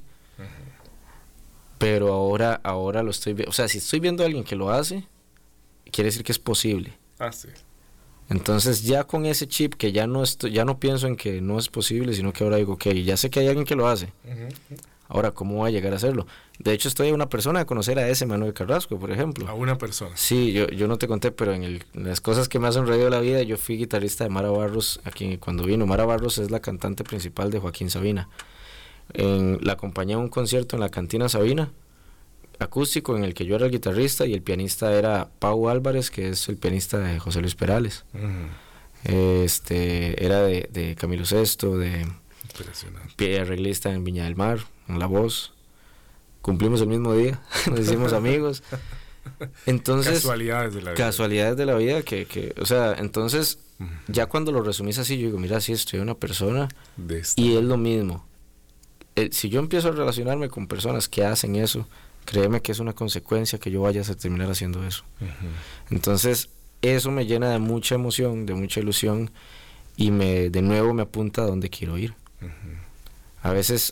Pero ahora lo estoy viendo. O sea, si estoy viendo a alguien que lo hace, quiere decir que es posible. Sí. Entonces ya con ese chip que ya no pienso en que no es posible, sino que ahora digo, ok, ya sé que hay alguien que lo hace. Ahora, ¿cómo voy a llegar a hacerlo? De hecho, estoy a una persona de conocer a ese Manuel Carrasco, por ejemplo. ¿A una persona? Sí, yo no te conté, pero en las cosas que me han sonreído la vida, yo fui guitarrista de Mara Barros aquí cuando vino. Mara Barros es la cantante principal de Joaquín Sabina. La acompañé a un concierto en la Cantina Sabina, acústico, en el que yo era el guitarrista y el pianista era Pau Álvarez, que es el pianista de José Luis Perales. Era de Camilo Sesto, arreglista en Viña del Mar, en La Voz. Cumplimos el mismo día, nos hicimos amigos. Entonces, casualidades de la vida que o sea, entonces ya cuando lo resumís así, yo digo, mira, sí, estoy una persona y es lo mismo. Si yo empiezo a relacionarme con personas que hacen eso, créeme que es una consecuencia que yo vaya a terminar haciendo eso. Entonces, eso me llena de mucha emoción, de mucha ilusión y de nuevo me apunta a dónde quiero ir. A veces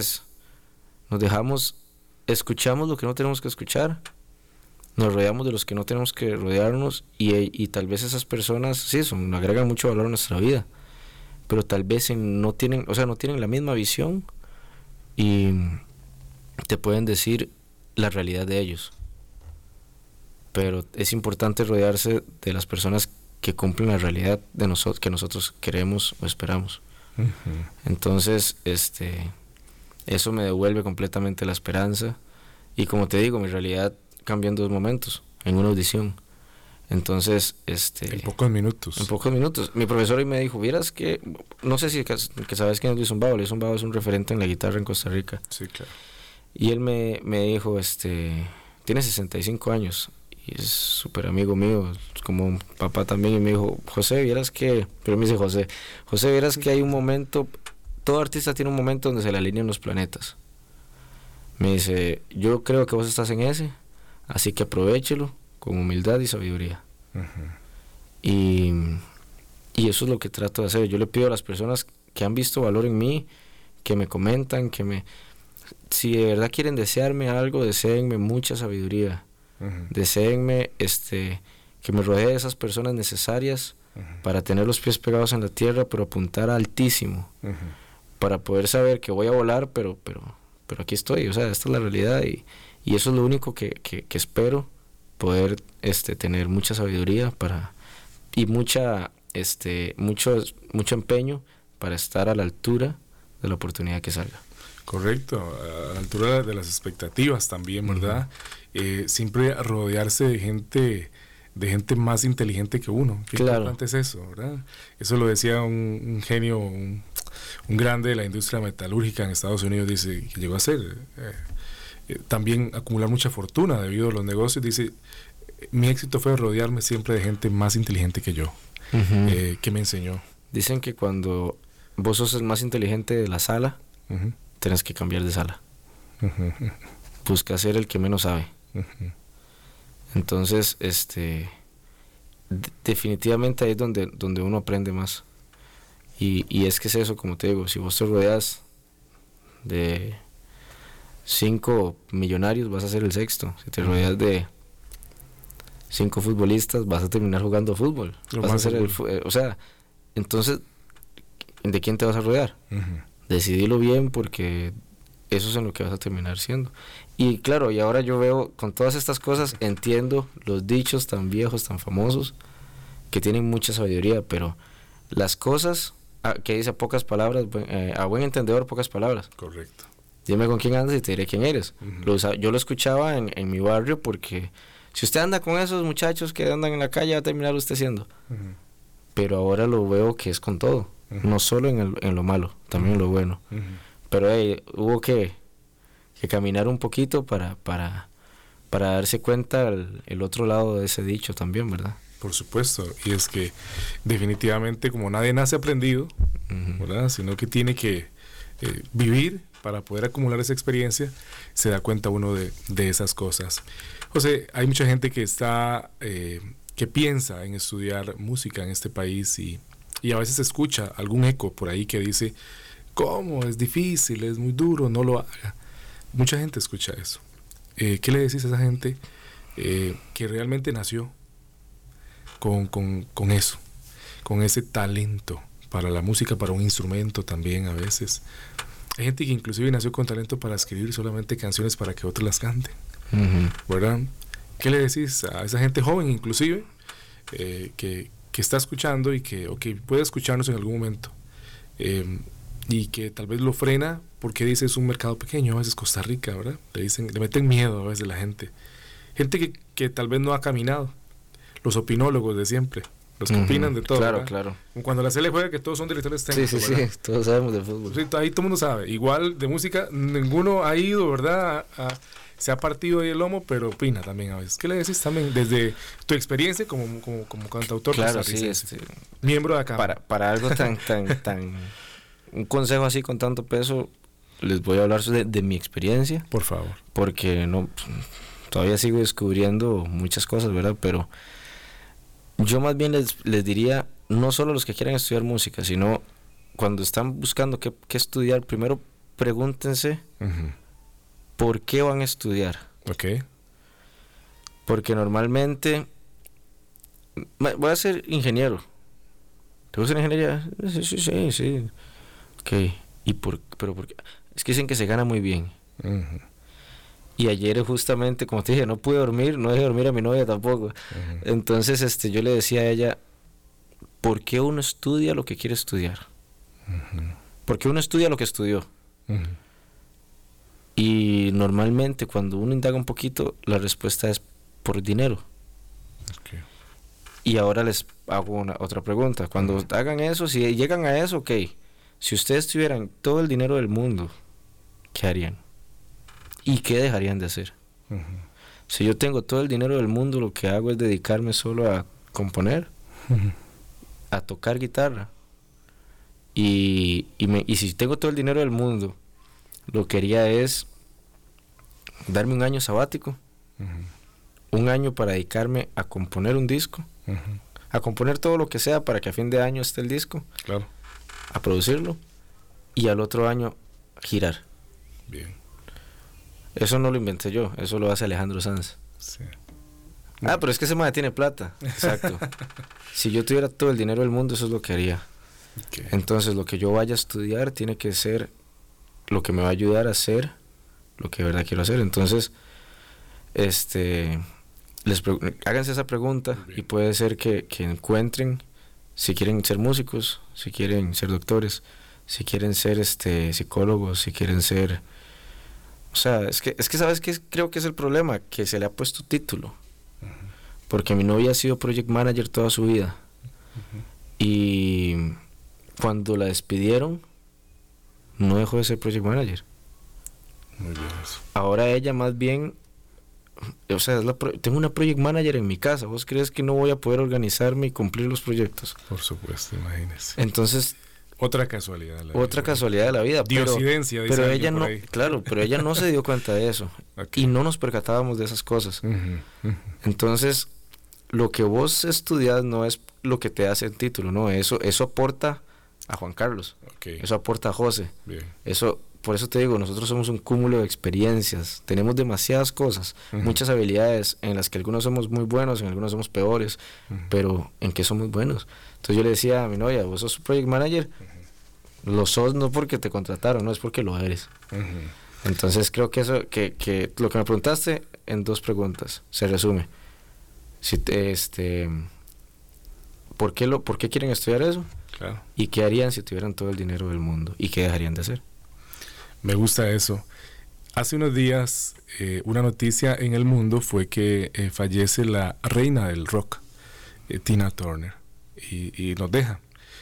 escuchamos lo que no tenemos que escuchar, nos rodeamos de los que no tenemos que rodearnos y tal vez esas personas sí agregan mucho valor a nuestra vida, pero tal vez no tienen la misma visión y te pueden decir la realidad de ellos. Pero es importante rodearse de las personas que cumplen la realidad de nosotros, que nosotros queremos o esperamos. Entonces, eso me devuelve completamente la esperanza. Y como te digo, mi realidad cambió en 2 momentos, en una audición. Entonces, en pocos minutos. Mi profesor hoy me dijo, vieras que, no sé si que sabes quién es Luis Umbao. Luis Umbao es un referente en la guitarra en Costa Rica. Sí, claro. Y él me dijo, tiene 65 años y es súper amigo mío, es como un papá también, y me dijo, José, vieras que, pero me dice José, vieras que hay un momento, todo artista tiene un momento donde se le alinean los planetas. Me dice, yo creo que vos estás en ese, así que aprovéchelo con humildad y sabiduría. Y eso es lo que trato de hacer. Yo le pido a las personas que han visto valor en mí, que me comentan, si de verdad quieren desearme algo, deséenme mucha sabiduría. Deséenme que me rodee de esas personas necesarias para tener los pies pegados en la tierra, pero apuntar altísimo, para poder saber que voy a volar, pero aquí estoy. O sea, esta es la realidad y eso es lo único que espero, poder tener mucha sabiduría y mucho empeño para estar a la altura de la oportunidad que salga. Correcto, a la altura de las expectativas también, ¿verdad? Siempre rodearse de gente más inteligente que uno. Qué importante es eso, ¿verdad? Eso lo decía un genio, un grande de la industria metalúrgica en Estados Unidos, dice, que llegó a ser también acumular mucha fortuna debido a los negocios. Dice, mi éxito fue rodearme siempre de gente más inteligente que yo, que me enseñó. Dicen que cuando vos sos el más inteligente de la sala, tenés que cambiar de sala. Busca ser el que menos sabe. Entonces, definitivamente ahí es donde uno aprende más. Y es que es eso, como te digo, si vos te rodeas de 5 millonarios, vas a ser el sexto. Si te rodeas de 5 futbolistas, vas a terminar jugando fútbol. Vas a ser o sea, entonces, ¿de quién te vas a rodear? Decidilo bien, porque eso es en lo que vas a terminar siendo. Y claro, y ahora yo veo, con todas estas cosas, entiendo los dichos tan viejos, tan famosos, que tienen mucha sabiduría, pero las cosas que dice pocas palabras, a buen entendedor pocas palabras. Correcto. Dime con quién andas y te diré quién eres. Yo lo escuchaba en mi barrio, porque si usted anda con esos muchachos que andan en la calle, va a terminar usted siendo. Pero ahora lo veo que es con todo. No solo en lo malo, también en lo bueno. Pero hubo que caminar un poquito para darse cuenta el otro lado de ese dicho también, ¿verdad? Por supuesto, y es que definitivamente, como nadie nace aprendido, ¿verdad? Sino que tiene que vivir para poder acumular esa experiencia, se da cuenta uno de esas cosas. José, hay mucha gente que que piensa en estudiar música en este país y a veces escucha algún eco por ahí que dice, ¿cómo? Es difícil, es muy duro, no lo haga. Mucha gente escucha eso. ¿Qué le decís a esa gente que realmente nació con eso, con ese talento para la música, para un instrumento también a veces? Hay gente que inclusive nació con talento para escribir solamente canciones para que otros las canten, ¿verdad? ¿Qué le decís a esa gente joven inclusive que está escuchando y que puede escucharnos en algún momento y que tal vez lo frena porque dice es un mercado pequeño, a veces Costa Rica, ¿verdad? Le meten miedo a veces la gente que tal vez no ha caminado, los opinólogos de siempre, Los que opinan de todo. Claro, ¿verdad? claro. Cuando la CL juega, que todos son directores técnicos. Sí, todos sabemos de fútbol. Sí, ahí todo el mundo sabe. Igual de música, ninguno ha ido, ¿verdad? Se ha partido ahí el lomo, pero opina también a veces. ¿Qué le decís también desde tu experiencia como cantautor? Claro, sí. Miembro de acá. Para algo tan un consejo así con tanto peso, les voy a hablar de mi experiencia. Por favor. Porque no, todavía sigo descubriendo muchas cosas, ¿verdad? Pero yo más bien les diría, no solo a los que quieran estudiar música, sino cuando están buscando qué estudiar, primero pregúntense por qué van a estudiar. Ok. Porque normalmente, voy a ser ingeniero. ¿Te gusta la ingeniería? Sí. Ok. ¿Pero por qué? Es que dicen que se gana muy bien. Y ayer justamente, como te dije, no pude dormir, no dejé dormir a mi novia tampoco. Entonces yo le decía a ella, ¿por qué uno estudia lo que quiere estudiar? ¿Por qué uno estudia lo que estudió? Y normalmente cuando uno indaga un poquito, la respuesta es por dinero. Okay. Y ahora les hago otra pregunta. Cuando hagan eso, si llegan a eso, ok. Si ustedes tuvieran todo el dinero del mundo, ¿qué harían? ¿Y qué dejarían de hacer? Si yo tengo todo el dinero del mundo, lo que hago es dedicarme solo a componer, a tocar guitarra. Y si tengo todo el dinero del mundo, lo que haría es darme un año sabático, un año para dedicarme a componer un disco, a componer todo lo que sea para que a fin de año esté el disco, claro, a producirlo, y al otro año girar. Bien. Eso no lo inventé yo, eso lo hace Alejandro Sanz. Sí. Pero es que ese man tiene plata. Exacto. Si yo tuviera todo el dinero del mundo, eso es lo que haría. Okay. Entonces lo que yo vaya a estudiar tiene que ser lo que me va a ayudar a hacer lo que de verdad quiero hacer. Entonces háganse esa pregunta y puede ser que encuentren, si quieren ser músicos, si quieren ser doctores, si quieren ser psicólogos, si quieren ser... O sea, es que ¿sabes qué? Creo que es el problema, que se le ha puesto título. Porque mi novia ha sido project manager toda su vida. Y cuando la despidieron, no dejó de ser project manager. Muy bien eso. Ahora ella más bien, o sea, tengo una project manager en mi casa. ¿Vos crees que no voy a poder organizarme y cumplir los proyectos? Por supuesto, imagínese. Entonces, otra casualidad de la vida. Casualidad de la vida. Diosidencia, pero ella no, claro, pero ella no se dio cuenta de eso. Okay. Y no nos percatábamos de esas cosas. Entonces, lo que vos estudias no es lo que te hace el título, no, eso aporta a Juan Carlos. Okay. Eso aporta a José. Bien. Por eso te digo, nosotros somos un cúmulo de experiencias, tenemos demasiadas cosas, muchas habilidades en las que algunos somos muy buenos, en algunos somos peores, pero ¿en qué somos buenos? Entonces yo le decía a mi novia, vos sos project manager, lo sos no porque te contrataron, no es porque lo eres. Entonces creo que eso, que lo que me preguntaste en 2 preguntas, se resume. ¿Por qué quieren estudiar eso? Claro. ¿Y qué harían si tuvieran todo el dinero del mundo? ¿Y qué dejarían de hacer? Me gusta eso. Hace unos días una noticia en el mundo fue que fallece la reina del rock, Tina Turner, y nos deja.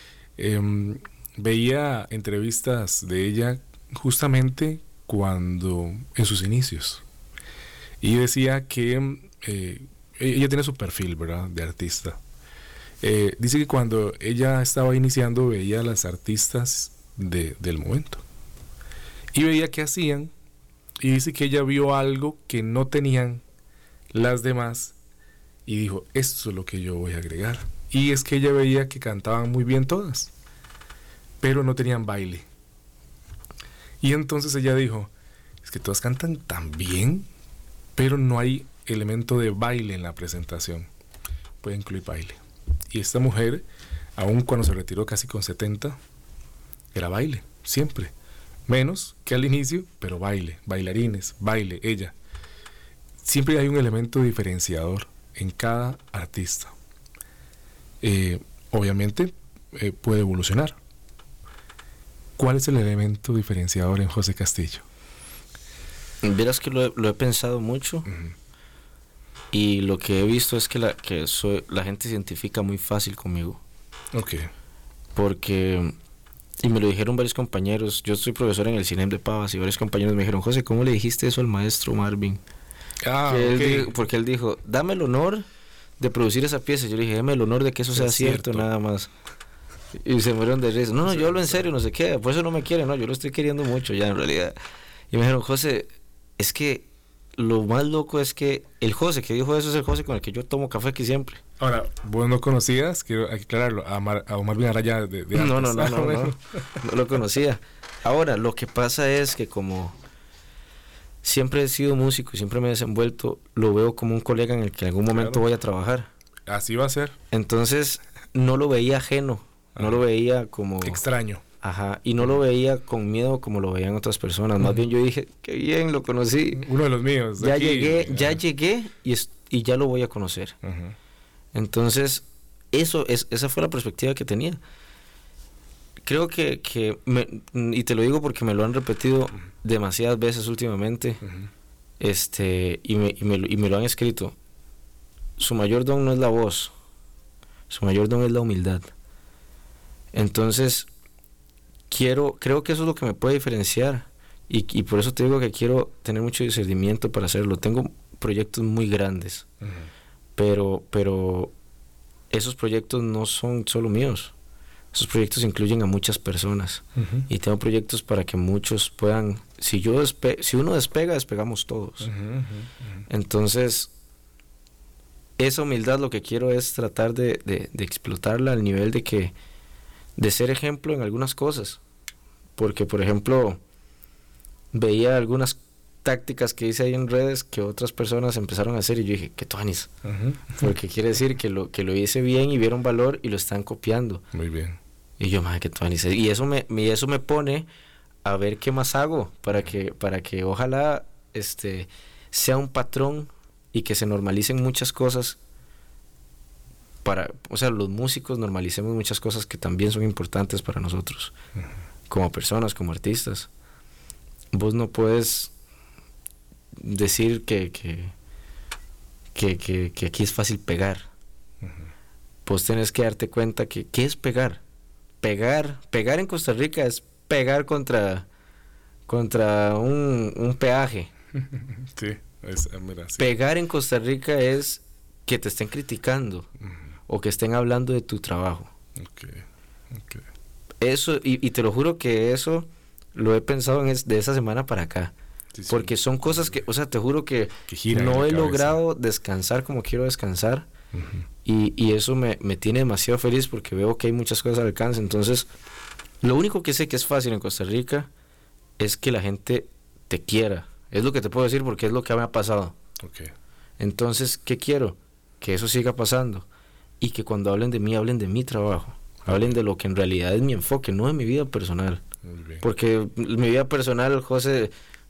Veía entrevistas de ella justamente en sus inicios, y decía que ella tiene su perfil, ¿verdad?, de artista. Dice que cuando ella estaba iniciando veía a las artistas del momento y veía qué hacían, y dice que ella vio algo que no tenían las demás y dijo, esto es lo que yo voy a agregar. Y es que ella veía que cantaban muy bien todas, pero no tenían baile. Y entonces ella dijo, es que todas cantan tan bien, pero no hay elemento de baile en la presentación. Puede incluir baile. Y esta mujer, aun cuando se retiró casi con 70, era baile, siempre. Menos que al inicio, pero baile, bailarines, baile, ella. Siempre hay un elemento diferenciador en cada artista. Obviamente puede evolucionar. ¿Cuál es el elemento diferenciador en José Castillo? Verás que lo he pensado mucho. Y lo que he visto es que la gente se identifica muy fácil conmigo. Ok. Porque, y me lo dijeron varios compañeros, yo soy profesor en el CINEM de Pavas y varios compañeros me dijeron, José, ¿cómo le dijiste eso al maestro Marvin? Porque él dijo, dame el honor de producir esa pieza. Yo le dije, dame el honor de que eso sea cierto, nada más. Y se murieron de risa. No, yo hablo en serio, no sé qué, por eso no me quiere, no, yo lo estoy queriendo mucho ya en realidad. Y me dijeron, José, es que lo más loco es que el José que dijo eso es el José con el que yo tomo café aquí siempre. Ahora, vos no conocías, quiero aclararlo, a Omar Araya de antes. No lo conocía. Ahora, lo que pasa es que como siempre he sido músico y siempre me he desenvuelto, lo veo como un colega en el que en algún momento voy a trabajar. Así va a ser. Entonces, no lo veía ajeno, no lo veía como... extraño. Ajá, y no lo veía con miedo como lo veían otras personas. Más bien yo dije, qué bien, lo conocí. Uno de los míos. Ya llegué y ya lo voy a conocer. Entonces, esa fue la perspectiva que tenía. Creo que y te lo digo porque me lo han repetido demasiadas veces últimamente, y me lo han escrito. Su mayor don no es la voz, su mayor don es la humildad. Entonces, creo que eso es lo que me puede diferenciar y por eso te digo que quiero tener mucho discernimiento para hacerlo. Tengo proyectos muy grandes, pero esos proyectos no son solo míos. Esos proyectos incluyen a muchas personas y tengo proyectos para que muchos puedan, si uno despega, despegamos todos. Entonces, esa humildad lo que quiero es tratar de explotarla al nivel de ser ejemplo en algunas cosas, porque por ejemplo veía algunas tácticas que hice ahí en redes que otras personas empezaron a hacer y yo dije, qué tuanis, porque quiere decir que lo hice bien y vieron valor y lo están copiando. Muy bien. Y yo, madre, qué tuanis, y eso me pone a ver qué más hago para que ojalá sea un patrón y que se normalicen muchas cosas. Los músicos normalicemos muchas cosas que también son importantes para nosotros, como personas, como artistas. Vos no puedes decir que aquí es fácil pegar. Vos tenés que darte cuenta que ¿qué es pegar? Pegar en Costa Rica es pegar contra un peaje. Sí, mira, sí. Pegar en Costa Rica es que te estén criticando o que estén hablando de tu trabajo. Okay. Eso, y te lo juro que eso lo he pensado de esa semana para acá. Sí, porque son cosas que, te juro que no he logrado descansar como quiero descansar. Y eso me tiene demasiado feliz porque veo que hay muchas cosas al alcance. Entonces, lo único que sé que es fácil en Costa Rica es que la gente te quiera. Es lo que te puedo decir porque es lo que me ha pasado. Entonces, ¿qué quiero? Que eso siga pasando y que cuando hablen de mi trabajo, hablen de lo que en realidad es mi enfoque, no de mi vida personal. Porque mi vida personal, José,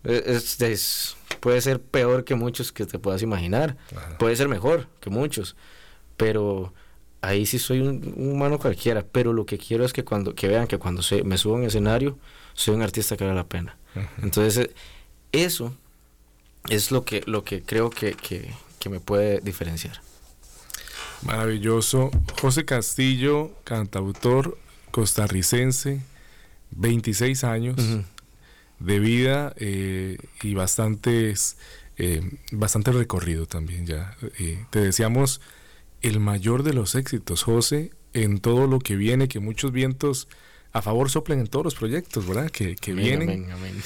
puede ser peor que muchos que te puedas imaginar. Puede ser mejor que muchos, pero ahí sí soy un humano cualquiera. Pero lo que quiero es que vean que cuando me subo en escenario soy un artista que vale la pena. Entonces eso es lo que creo que me puede diferenciar. Maravilloso. José Castillo, cantautor costarricense, 26 años de vida y bastante recorrido también ya. Te deseamos el mayor de los éxitos, José, en todo lo que viene, que muchos vientos a favor soplen en todos los proyectos, ¿verdad? Que amén, vienen. Amén.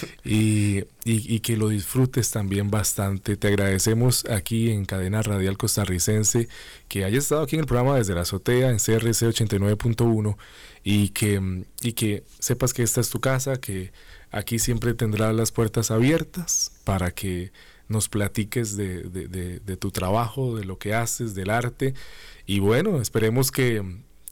Y que lo disfrutes también bastante. Te agradecemos aquí en Cadena Radial Costarricense que hayas estado aquí en el programa desde la azotea en CRC 89.1 y que sepas que esta es tu casa, que aquí siempre tendrás las puertas abiertas para que nos platiques de tu trabajo, de lo que haces, del arte. Y bueno, esperemos que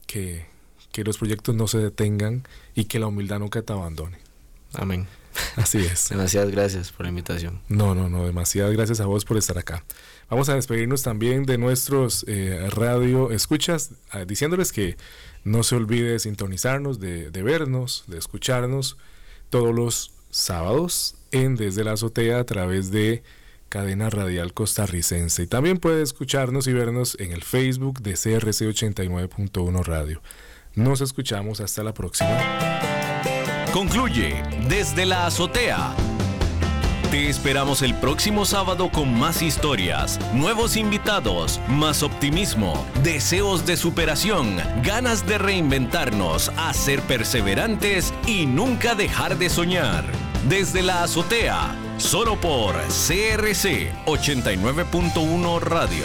los proyectos no se detengan y que la humildad nunca te abandone. Amén. Así es. Demasiadas gracias por la invitación. No, demasiadas gracias a vos por estar acá. Vamos a despedirnos también de nuestros radio escuchas, diciéndoles que no se olvide de sintonizarnos, de vernos, de escucharnos todos los sábados en Desde la Azotea a través de Cadena Radial Costarricense. Y también puede escucharnos y vernos en el Facebook de CRC 89.1 Radio. Nos escuchamos hasta la próxima. Concluye Desde la Azotea. Te esperamos el próximo sábado con más historias, nuevos invitados, más optimismo, deseos de superación, ganas de reinventarnos, a ser perseverantes y nunca dejar de soñar. Desde la Azotea, solo por CRC 89.1 Radio.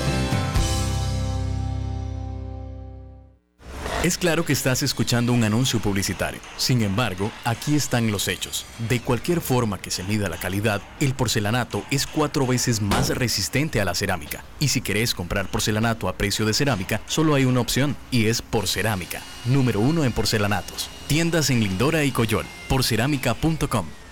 Es claro que estás escuchando un anuncio publicitario. Sin embargo, aquí están los hechos. De cualquier forma que se mida la calidad, el porcelanato es 4 veces más resistente a la cerámica. Y si querés comprar porcelanato a precio de cerámica, solo hay una opción, y es Porcerámica, número 1 en porcelanatos. Tiendas en Lindora y Coyol, porcerámica.com.